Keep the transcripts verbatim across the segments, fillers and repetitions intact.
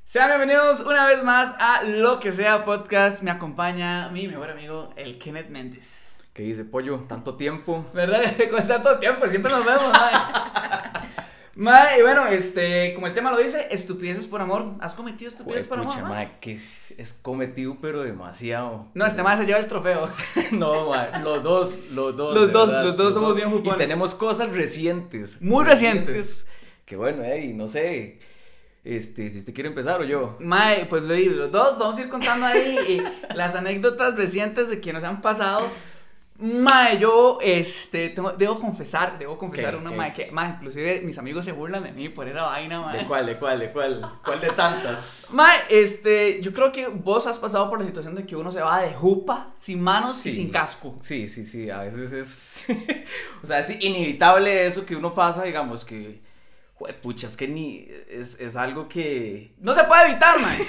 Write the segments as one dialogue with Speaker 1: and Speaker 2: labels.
Speaker 1: Sean bienvenidos una vez más a Lo que sea podcast. Me acompaña mi mejor amigo, el Kenneth Méndez.
Speaker 2: ¿Qué dice, pollo? ¿Tanto tiempo?
Speaker 1: ¿Verdad? Con tanto tiempo, siempre nos vemos, mae. Mae, y bueno, este, como el tema lo dice, estupideces por amor. ¿Has cometido estupideces por amor, mae?
Speaker 2: mae, que es, es cometido, pero demasiado.
Speaker 1: No, este mae se lleva el trofeo.
Speaker 2: No, mae, los dos, los dos.
Speaker 1: Los dos,
Speaker 2: verdad,
Speaker 1: los dos somos bien jupones.
Speaker 2: Y tenemos cosas recientes.
Speaker 1: Muy recientes.
Speaker 2: Que bueno, eh, no sé, este, si usted quiere empezar o yo.
Speaker 1: Mae, pues lo digo, los dos vamos a ir contando ahí y las anécdotas recientes de que nos han pasado. Mae, yo, este, tengo, debo confesar, debo confesar
Speaker 2: ¿Qué?
Speaker 1: una,
Speaker 2: ¿Qué?
Speaker 1: mae, que, mae, inclusive mis amigos se burlan de mí por esa vaina, mae.
Speaker 2: ¿De cuál, de cuál, de cuál? ¿Cuál de tantas?
Speaker 1: Mae, este, yo creo que vos has pasado por la situación de que uno se va de jupa, sin manos
Speaker 2: Sí.
Speaker 1: y sin casco.
Speaker 2: Sí, sí, sí, a veces es, o sea, es inevitable eso que uno pasa, digamos, que, pucha, es que ni, es, es algo que...
Speaker 1: No se puede evitar, mae.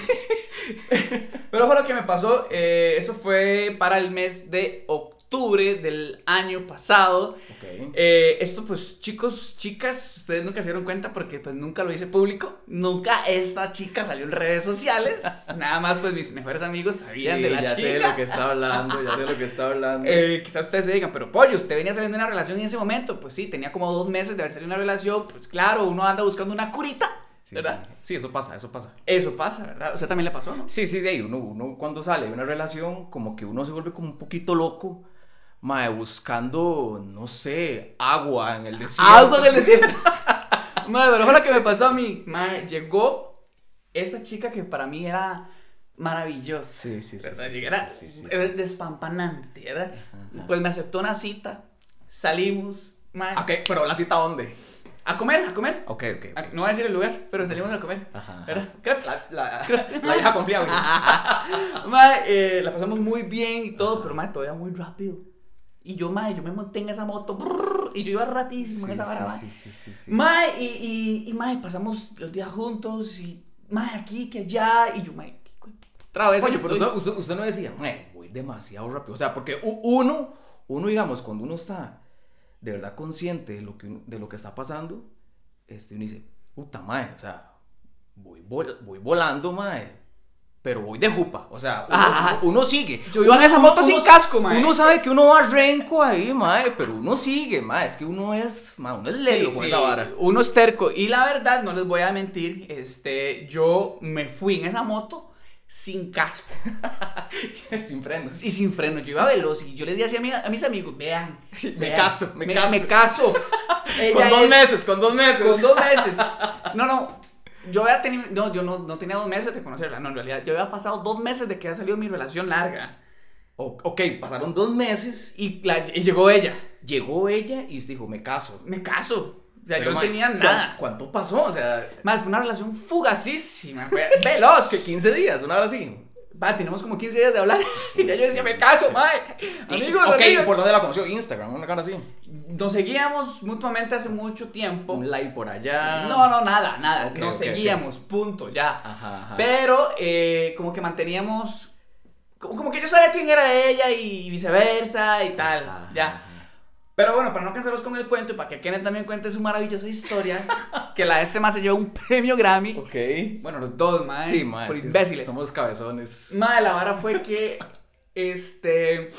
Speaker 1: Pero fue lo que me pasó, eh, eso fue para el mes de octubre del año pasado.
Speaker 2: Ok.
Speaker 1: Eh, esto pues chicos, chicas, ustedes nunca se dieron cuenta porque pues nunca lo hice público, nunca esta chica salió en redes sociales, nada más pues mis mejores amigos sabían
Speaker 2: Sí,
Speaker 1: de la
Speaker 2: ya
Speaker 1: chica.
Speaker 2: sé de lo que está hablando, ya sé de lo que está hablando.
Speaker 1: Eh, quizás ustedes se digan, pero pollo, usted venía saliendo de una relación en ese momento. Pues sí, tenía como dos meses de haber salido de una relación. Pues claro, uno anda buscando una curita,
Speaker 2: Sí,
Speaker 1: ¿verdad?
Speaker 2: Sí. Sí, eso pasa, eso pasa.
Speaker 1: Eso pasa, ¿verdad? O sea, también le pasó, ¿no?
Speaker 2: Sí, sí, de ahí, uno, uno cuando sale de una relación, como que uno se vuelve como un poquito loco, mae, buscando, no sé, agua en el desierto.
Speaker 1: Agua en el desierto. Madre, pero fue lo que me pasó a mí. Madre, llegó esta chica que para mí era maravillosa.
Speaker 2: Sí, sí, sí.
Speaker 1: ¿Verdad?
Speaker 2: sí, sí,
Speaker 1: Era
Speaker 2: sí, sí, sí.
Speaker 1: era despampanante, ¿verdad?
Speaker 2: Ajá.
Speaker 1: Pues me aceptó una cita, salimos, madre,
Speaker 2: Ok, pero ¿la cita dónde?
Speaker 1: a comer, a comer.
Speaker 2: Ok, ok.
Speaker 1: A-
Speaker 2: okay.
Speaker 1: no voy a decir el lugar, pero salimos a comer,
Speaker 2: Ajá.
Speaker 1: ¿verdad? Crepes.
Speaker 2: La, la, la vieja confiable.
Speaker 1: Mae, eh, la pasamos muy bien y todo, pero mae, todavía muy rápido. Y yo, mae, yo me monté en esa moto brrr, y yo iba rapidísimo en
Speaker 2: Sí,
Speaker 1: esa vara, mae.
Speaker 2: sí, sí, sí, sí.
Speaker 1: Mae, y, y, y mae, pasamos los días juntos y mae, aquí, que allá, y yo, mae, otra vez.
Speaker 2: Oye, pero
Speaker 1: estoy-
Speaker 2: usted, usted, usted no decía, mae, voy demasiado rápido. O sea, porque u- uno, uno, digamos, cuando uno está de verdad consciente de lo que, uno- de lo que está pasando, este, uno dice, puta, mae, o sea, voy, vol- voy volando, mae, pero voy de jupa. O sea, uno,
Speaker 1: Ajá.
Speaker 2: uno sigue.
Speaker 1: Yo iba en
Speaker 2: Uno-
Speaker 1: esa moto
Speaker 2: uno-
Speaker 1: sin
Speaker 2: uno-
Speaker 1: casco, mae.
Speaker 2: Uno sabe que uno va renco ahí, mae, pero uno sigue, mae. Es que uno es, mae, uno es lelo
Speaker 1: Sí,
Speaker 2: con
Speaker 1: sí,
Speaker 2: esa vara.
Speaker 1: uno es terco. Y la verdad, no les voy a mentir, este, yo me fui en esa moto sin casco
Speaker 2: Sin frenos.
Speaker 1: y sin freno. Yo iba veloz y yo les decía a, mi- a mis amigos, vean,
Speaker 2: Me
Speaker 1: vean,
Speaker 2: caso, me caso.
Speaker 1: Me caso.
Speaker 2: Con
Speaker 1: Ella
Speaker 2: dos
Speaker 1: es-
Speaker 2: meses, con dos meses.
Speaker 1: Con dos meses. No, no. Yo había tenido. No, yo no, no tenía dos meses de conocerla. No, en realidad, yo había pasado dos meses de que había salido mi relación larga.
Speaker 2: O- ok, pasaron dos meses,
Speaker 1: Y, la- y llegó ella.
Speaker 2: llegó ella y usted dijo, me caso.
Speaker 1: Me caso. O sea,
Speaker 2: Pero,
Speaker 1: yo no
Speaker 2: mae,
Speaker 1: tenía
Speaker 2: ¿cu-
Speaker 1: nada.
Speaker 2: ¿Cuánto pasó? O sea,
Speaker 1: Más, fue una relación fugacísima. Fue veloz.
Speaker 2: que quince días, una hora así.
Speaker 1: Va, tenemos como quince días de hablar. Y ya yo decía, me caso, mae. Amigos,
Speaker 2: Ok,
Speaker 1: amigas.
Speaker 2: ¿por dónde la conoció? Instagram, una cara así.
Speaker 1: Nos seguíamos mutuamente hace mucho tiempo.
Speaker 2: Un like por allá.
Speaker 1: No, no, nada, nada.
Speaker 2: Ok,
Speaker 1: Nos
Speaker 2: ok,
Speaker 1: seguíamos, punto, ya.
Speaker 2: Ajá, ajá.
Speaker 1: Pero eh, como que manteníamos. Como, como que yo sabía quién era ella y viceversa y tal.
Speaker 2: Ajá,
Speaker 1: Ya.
Speaker 2: ajá.
Speaker 1: Pero bueno, para no cansarlos con el cuento y para que Kenneth también cuente su maravillosa historia, que la de este más se lleva un premio Grammy.
Speaker 2: Ok.
Speaker 1: Bueno, los dos, mae.
Speaker 2: Sí, mae.
Speaker 1: Por
Speaker 2: es que
Speaker 1: imbéciles.
Speaker 2: Somos cabezones.
Speaker 1: Mae, la vara fue que. Este.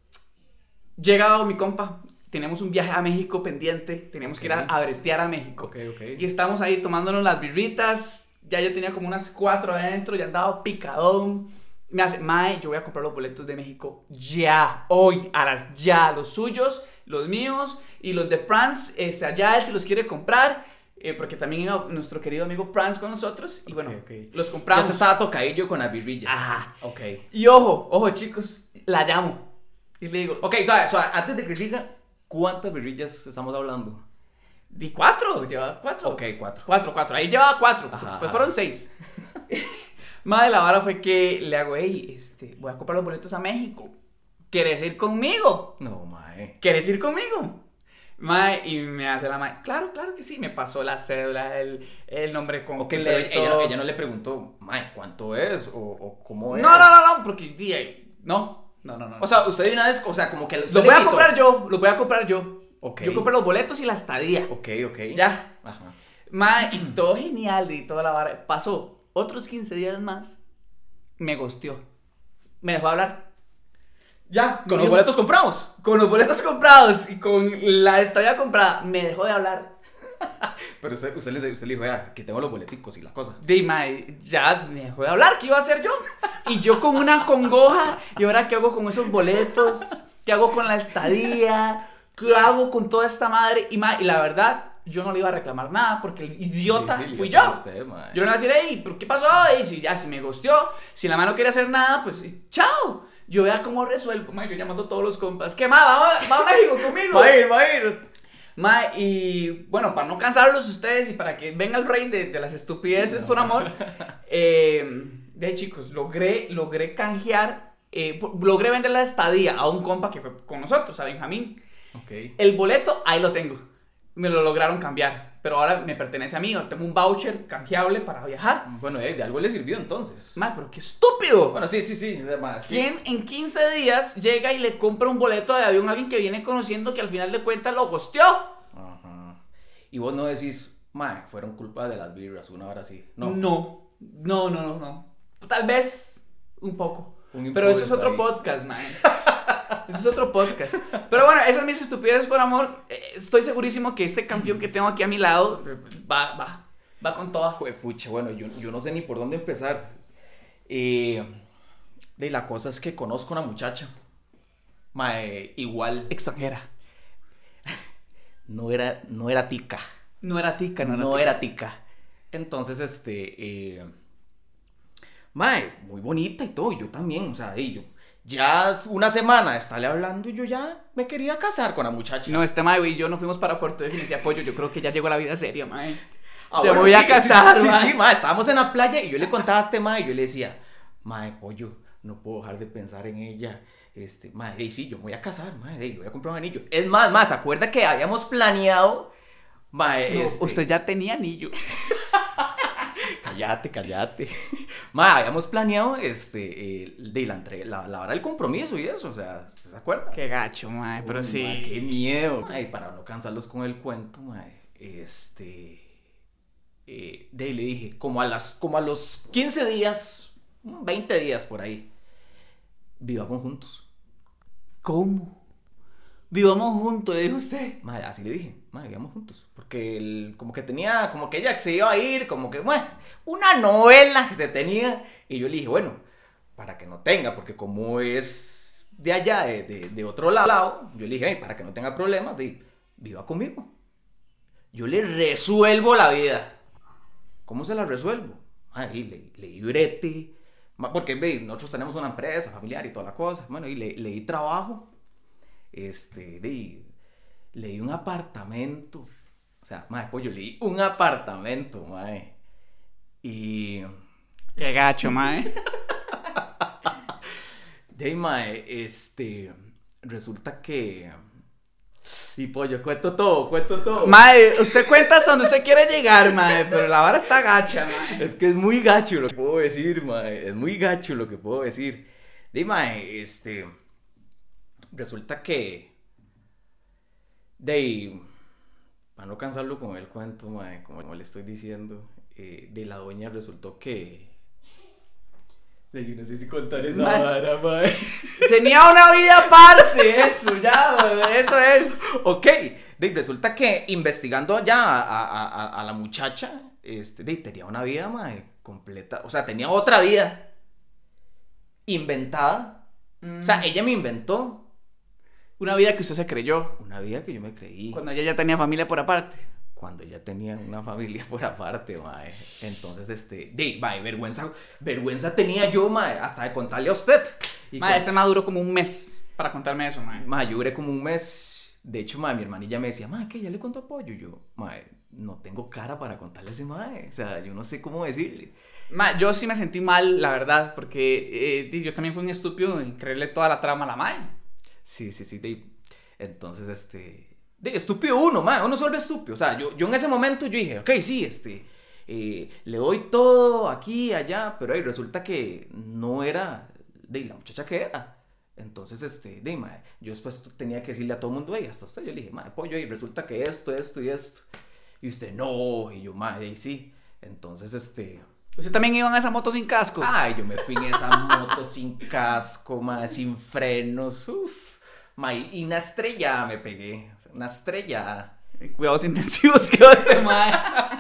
Speaker 1: Llegado mi compa. Tenemos un viaje a México pendiente. Teníamos que ir a,
Speaker 2: Ok.
Speaker 1: a bretear a México.
Speaker 2: Ok, ok.
Speaker 1: Y estamos ahí tomándonos las birritas. Ya yo tenía como unas cuatro adentro. Ya andaba picadón. Me hace, mae, yo voy a comprar los boletos de México ya, hoy, a las ya. Los suyos, los míos y los de Prance. Este, allá él se los quiere comprar. eh, porque también iba nuestro querido amigo Prance con nosotros. Y bueno,
Speaker 2: Ok, ok.
Speaker 1: los
Speaker 2: Ya
Speaker 1: compramos.
Speaker 2: se estaba tocadillo con las birrillas.
Speaker 1: Ajá.
Speaker 2: Ok.
Speaker 1: Y ojo, ojo, chicos, la llamo. Y le digo,
Speaker 2: Ok, suave, suave. Antes de que siga, ¿cuántas birrillas estamos hablando?
Speaker 1: di cuatro, llevaba cuatro.
Speaker 2: Ok, cuatro.
Speaker 1: Cuatro, cuatro. Ahí llevaba cuatro.
Speaker 2: Ajá,
Speaker 1: Después
Speaker 2: ajá.
Speaker 1: fueron seis. Madre, la vara fue que le hago, hey, este, voy a comprar los boletos a México. ¿Quieres ir conmigo?
Speaker 2: No, mae.
Speaker 1: ¿Quieres ir conmigo? Mae, y me hace la mae, claro, claro que sí. Me pasó la cédula, el, el nombre
Speaker 2: Ok,
Speaker 1: completo.
Speaker 2: pero ella, no- ella no le preguntó, mae, ¿cuánto es? O, o cómo es.
Speaker 1: No, no, no, no, porque, di, no, no, no, no.
Speaker 2: O sea, usted de una vez, o sea, como que...
Speaker 1: los voy a comprar yo, los voy a comprar yo.
Speaker 2: Ok.
Speaker 1: Yo compré los boletos y la estadía.
Speaker 2: Ok, ok.
Speaker 1: Ya.
Speaker 2: Ajá.
Speaker 1: Mae, y todo genial y toda la vara. Pasó otros quince días más, me gosteó. Me dejó hablar. Ya.
Speaker 2: Con los boletos comprados.
Speaker 1: Con los boletos comprados y con la estadía comprada, me dejó de hablar.
Speaker 2: Pero usted, usted, le, usted le dijo, ya, aquí tengo los boleticos y la cosa.
Speaker 1: Dime, ya me dejó de hablar, ¿qué iba a hacer yo? Y yo con una congoja, ¿y ahora qué hago con esos boletos? ¿Qué hago con la estadía? ¿Qué hago con toda esta madre? Y, ma, y la verdad, yo no le iba a reclamar nada porque el idiota
Speaker 2: Sí, sí,
Speaker 1: fui
Speaker 2: yo.
Speaker 1: yo.
Speaker 2: Usted,
Speaker 1: Yo no le iba a decir, hey, ¿pero qué pasó? Y si ya, si me gosteó, si la mano no quiere hacer nada, pues chao. Yo vea cómo resuelvo, ma, yo llamando a todos los compas. ¿Qué más? ¿Va, va a México conmigo?
Speaker 2: Va a ir, va a ir.
Speaker 1: Ma, y bueno, para no cansarlos ustedes y para que venga el rey de, de las estupideces, no. por amor, eh, de ahí, chicos, logré, logré canjear, eh, logré vender la estadía a un compa que fue con nosotros, a Benjamín.
Speaker 2: Okay.
Speaker 1: El boleto, ahí lo tengo, me lo lograron cambiar, pero ahora me pertenece a mí, ahora tengo un voucher canjeable para viajar.
Speaker 2: Bueno, eh, de algo le sirvió entonces.
Speaker 1: Ma, pero qué estúpido.
Speaker 2: Bueno, sí, sí, sí. Además,
Speaker 1: ¿Quién en quince días llega y le compra un boleto de avión a alguien que viene conociendo que al final de cuentas lo gosteó?
Speaker 2: Ajá. Y vos no decís, mae, fueron culpa de las birras, una hora sí.
Speaker 1: No. No, no, no, no, no. Tal vez un poco.
Speaker 2: Un
Speaker 1: pero eso es otro
Speaker 2: ahí.
Speaker 1: podcast, man. Eso es otro podcast. Pero bueno, esas mis estupideces por amor. Eh, estoy segurísimo que este campeón que tengo aquí a mi lado va, va, va con todas.
Speaker 2: Pues pucha, bueno, yo, yo no sé ni por dónde empezar. Eh, y la cosa es que conozco una muchacha. Mae, igual.
Speaker 1: Extranjera.
Speaker 2: No era, no era tica.
Speaker 1: No era tica, no era
Speaker 2: no
Speaker 1: tica.
Speaker 2: era tica. Entonces, este, eh, mae, muy bonita y todo, y yo también, o sea, y yo, ya una semana de estarle hablando y yo ya me quería casar con la muchacha.
Speaker 1: No, este mae y yo nos fuimos para Puerto de Finesia Pollo, yo creo que ya llegó la vida seria, mae.
Speaker 2: Ah,
Speaker 1: Te
Speaker 2: bueno,
Speaker 1: voy
Speaker 2: sí,
Speaker 1: a casar,
Speaker 2: sí,
Speaker 1: mae.
Speaker 2: Sí, sí, mae, estábamos en la playa y yo le contaba a este mae y yo le decía, mae, pollo, no puedo dejar de pensar en ella. Este, mae, hey, sí, yo me voy a casar, mae, hey, yo voy a comprar un anillo. Es más, más, ¿se acuerda que habíamos planeado? Mae,
Speaker 1: No,
Speaker 2: este...
Speaker 1: usted ya tenía anillo.
Speaker 2: Cállate, cállate. Mae, habíamos planeado, este, eh, de la entrega, la, la hora del compromiso y eso, o sea, ¿se acuerda?
Speaker 1: Qué gacho, mae, pero
Speaker 2: Uy,
Speaker 1: sí.
Speaker 2: Mae, qué miedo. Mae, para no cansarlos con el cuento, mae, este... Eh, de ahí le dije, como a, las, como a los quince días, veinte días por ahí, vivamos juntos.
Speaker 1: ¿Cómo? Vivamos juntos, le dijo usted.
Speaker 2: Madre, así le dije, madre, vivamos juntos. Porque él, como que tenía, como que ella se iba a ir, como que, bueno, una novela que se tenía. Y yo le dije, bueno, para que no tenga, porque como es de allá, de, de, de otro lado, yo le dije, hey, para que no tenga problemas, de, viva conmigo. Yo le resuelvo la vida. ¿Cómo se la resuelvo? Ahí le, le di brete, porque ve, nosotros tenemos una empresa familiar y toda la cosa. Bueno, y le, le di trabajo. Este, le, le di un apartamento. O sea, mae, pues yo le di un apartamento, mae. Y...
Speaker 1: Qué gacho, mae.
Speaker 2: De ahí, mae, este... Resulta que... Y pollo, cuento todo, cuento todo.
Speaker 1: Mae, usted cuenta hasta donde usted quiere llegar, mae, pero la vara está gacha, mae.
Speaker 2: Es que es muy gacho lo que puedo decir, mae. Es muy gacho lo que puedo decir. De ahí, mae, este... Resulta que... De ahí... Para no cansarlo con el cuento, mae, como le estoy diciendo, eh, de la doña resultó que... De yo no sé si contar esa
Speaker 1: Mae.
Speaker 2: vara, mae.
Speaker 1: Tenía una vida aparte, eso, ya, mae, eso es.
Speaker 2: Ok, de ahí resulta que investigando ya a, a, a, a la muchacha, este, de ahí tenía una vida, mae, completa. O sea, tenía otra vida inventada. Mm. O sea, ella me inventó.
Speaker 1: Una vida que usted se creyó.
Speaker 2: Una vida que yo me creí.
Speaker 1: Cuando ella ya tenía familia por aparte.
Speaker 2: Cuando ella tenía una familia por aparte, mae. Entonces, este... De, mae, vergüenza... Vergüenza tenía yo, mae, hasta de contarle a usted.
Speaker 1: Y mae, con... este mae duró como un mes para contarme eso, mae.
Speaker 2: Mae, yo duré como un mes. De hecho, mae, mi hermanilla me decía, mae, ¿qué? ¿Ya le contó apoyo? Yo, mae, no tengo cara para contarle a ese mae. O sea, yo no sé cómo decirle.
Speaker 1: Ma, yo sí me sentí mal, la verdad, porque eh, yo también fui un estúpido en creerle toda la trama a la mae.
Speaker 2: Sí, sí, sí, de, entonces, este, de estúpido uno, mae, uno se vuelve estúpido, o sea, yo, yo en ese momento yo dije, ok, sí, este, eh, le doy todo aquí, allá, pero ahí resulta que no era de la muchacha que era. Entonces, este, de, mae, yo después tenía que decirle a todo el mundo, hey, hasta usted, yo le dije, mae, pollo, y resulta que esto, esto y esto, y usted, no, y yo, mae, y sí, entonces, este...
Speaker 1: ¿Usted también iba en esa moto sin casco?
Speaker 2: Ay, yo me fui en esa moto sin casco, mae, sin frenos, uff. Mae, y una estrella me pegué, una estrella.
Speaker 1: Cuidados intensivos que este mae.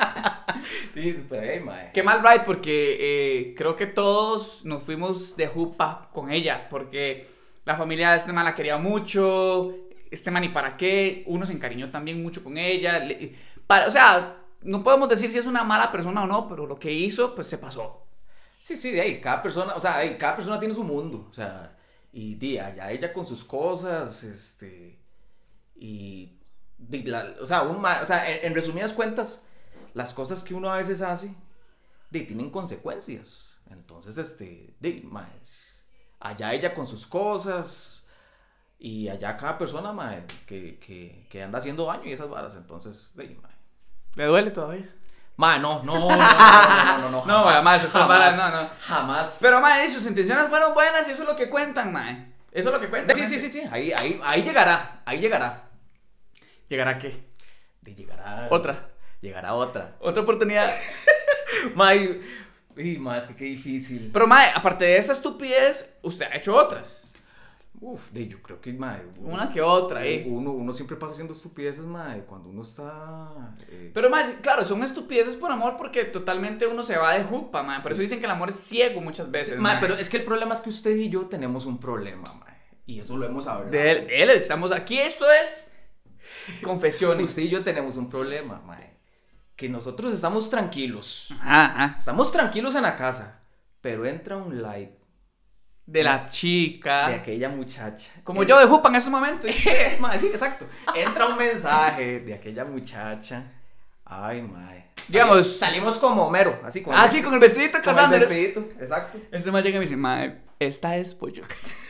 Speaker 2: Sí, pero hey, mae.
Speaker 1: Qué mal ride, porque eh, creo que todos nos fuimos de jupa con ella, porque la familia de este man la quería mucho, este man y para qué, uno se encariñó también mucho con ella, le, para, o sea, no podemos decir si es una mala persona o no, pero lo que hizo, pues se pasó.
Speaker 2: Sí, sí, de ahí, cada persona, o sea, hey, cada persona tiene su mundo, o sea, y de allá ella con sus cosas, este, y, de la, o sea, un, o sea en, en resumidas cuentas, las cosas que uno a veces hace, de, tienen consecuencias, entonces, este, de, más, allá ella con sus cosas, y allá cada persona, mae, que, que, que anda haciendo daño y esas varas, entonces, de, mae.
Speaker 1: ¿Le duele todavía?
Speaker 2: Ma, no, no, no, no, no, no, no,
Speaker 1: no, jamás, estas varas, no, no.
Speaker 2: Jamás.
Speaker 1: Pero, mae, sus intenciones fueron buenas y eso es lo que cuentan, mae. Eso es lo que cuentan.
Speaker 2: Sí, sí, sí, sí, ahí, ahí, ahí llegará, ahí llegará.
Speaker 1: ¿Llegará qué?
Speaker 2: De llegará.
Speaker 1: Otra.
Speaker 2: Llegará otra.
Speaker 1: Otra oportunidad.
Speaker 2: Mae, y ma, es que qué difícil.
Speaker 1: Pero, mae, aparte de esa estupidez, usted ha hecho otras.
Speaker 2: Uf, de, yo creo que, mae, uno,
Speaker 1: una que otra, eh.
Speaker 2: Uno, uno siempre pasa haciendo estupideces, mae, cuando uno está... Eh...
Speaker 1: Pero, mae, claro, son estupideces por amor porque totalmente uno se va de jupa, mae. Por sí. Eso dicen que el amor es ciego muchas veces,
Speaker 2: sí, mae, mae. Pero es que el problema es que usted y yo tenemos un problema, mae. Y eso lo hemos hablado.
Speaker 1: De él, de él estamos aquí, esto es confesiones.
Speaker 2: Usted y yo tenemos un problema, mae. Que nosotros estamos tranquilos.
Speaker 1: Ajá, ajá.
Speaker 2: Estamos tranquilos en la casa, pero entra un like.
Speaker 1: De la chica.
Speaker 2: De aquella muchacha.
Speaker 1: Como el... yo de jupa en ese momento.
Speaker 2: Mae, sí, exacto. Entra un mensaje de aquella muchacha. Ay, mae.
Speaker 1: Digamos.
Speaker 2: Salimos, salimos como Homero. Así con
Speaker 1: ah, sí, con el vestidito casando.
Speaker 2: Con el vestidito, exacto.
Speaker 1: Este mae llega y me dice, mae, esta es pollo.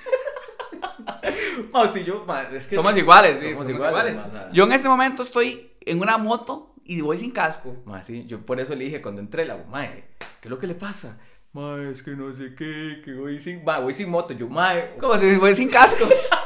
Speaker 2: Mae, sí, yo, mae, es que
Speaker 1: somos
Speaker 2: sí,
Speaker 1: iguales, sí,
Speaker 2: somos,
Speaker 1: somos
Speaker 2: iguales.
Speaker 1: iguales.
Speaker 2: Mae, o sea,
Speaker 1: yo en este momento estoy en una moto y voy sin casco.
Speaker 2: Mae, sí, yo por eso le dije cuando entré, la mae, ¿qué es lo que le pasa? Mae, es que no sé qué, que voy sin, mae, voy sin moto, yo, mae.
Speaker 1: ¿Cómo si voy sin casco?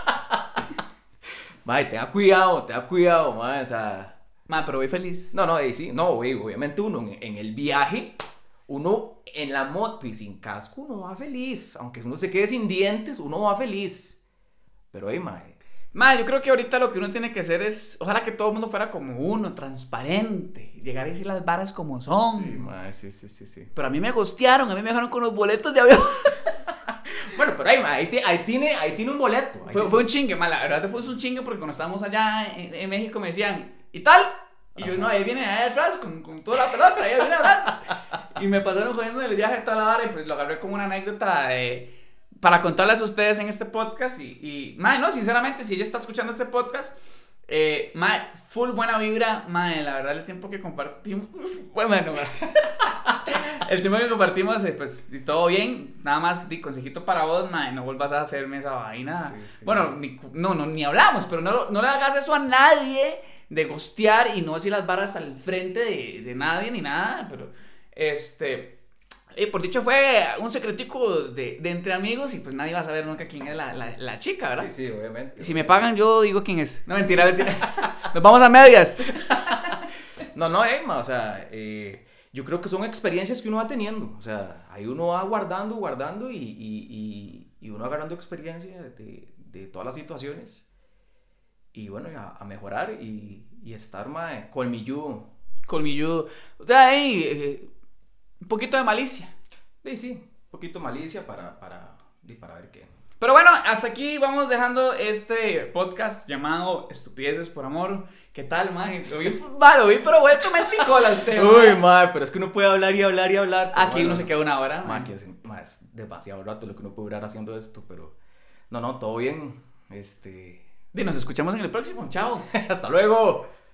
Speaker 2: Mae, tenga cuidado, tenga cuidado, mae, o sea.
Speaker 1: Mae, pero voy feliz.
Speaker 2: No, no, eh, sí, no, güey, obviamente uno en, en el viaje, uno en la moto y sin casco, uno va feliz. Aunque uno se quede sin dientes, uno va feliz. Pero, hey, mae.
Speaker 1: Mae, yo creo que ahorita lo que uno tiene que hacer es, ojalá que todo el mundo fuera como uno, transparente, llegar y decir las varas como son.
Speaker 2: Sí, mae, sí, sí, sí, sí.
Speaker 1: Pero a mí me gostearon, a mí me dejaron con los boletos de avión.
Speaker 2: Bueno, pero ahí, ahí, ahí, tiene, ahí tiene un boleto.
Speaker 1: Fue,
Speaker 2: tiene...
Speaker 1: fue un chingue, mae, la verdad fue un chingue porque cuando estábamos allá en, en México me decían, ¿y tal? Y yo, no, ahí viene ahí atrás con, con toda la pelota, ahí viene hablando. Y me pasaron jodiendo el viaje de toda la vara y pues lo agarré como una anécdota de... para contarles a ustedes en este podcast y, y mae, no, sinceramente, si ella está escuchando este podcast, eh, mae, full buena vibra, mae, la verdad, el tiempo que compartimos, bueno, bueno el tiempo que compartimos, eh, pues, y todo bien, nada más, di consejito para vos, mae, no vuelvas a hacerme esa vaina, sí, sí, bueno, ni, no, no, ni hablamos, pero no, no le hagas eso a nadie, de gostear y no decir las barras al frente de, de nadie ni nada, pero, este... Eh, por dicho fue un secretico de, de entre amigos y pues nadie va a saber nunca quién es la, la, la chica, ¿verdad?
Speaker 2: Sí, sí, obviamente.
Speaker 1: Y si me pagan yo digo quién es. No, mentira, mentira. Nos vamos a medias.
Speaker 2: No, no, Emma, o sea, eh, yo creo que son experiencias que uno va teniendo. O sea, ahí uno va guardando, guardando y, y, y, y uno agarrando experiencia de, de todas las situaciones. Y bueno, a, a mejorar y, y estar más colmilludo.
Speaker 1: Colmilludo. O sea, ahí... Eh, un poquito de malicia.
Speaker 2: Sí, sí, un poquito de malicia para, para, para ver qué.
Speaker 1: Pero bueno, hasta aquí vamos dejando este podcast llamado Estupideces por Amor. ¿Qué tal, man? Lo vi, va, lo vi pero vuelto menticola usted,
Speaker 2: Uy, man, pero es que uno puede hablar y hablar y hablar.
Speaker 1: Aquí
Speaker 2: bueno,
Speaker 1: uno se queda una hora.
Speaker 2: Man, que es, man, es demasiado rato lo que uno puede durar haciendo esto, pero... No, no, todo bien. Este...
Speaker 1: Y nos escuchamos en el próximo. Chao.
Speaker 2: Hasta luego.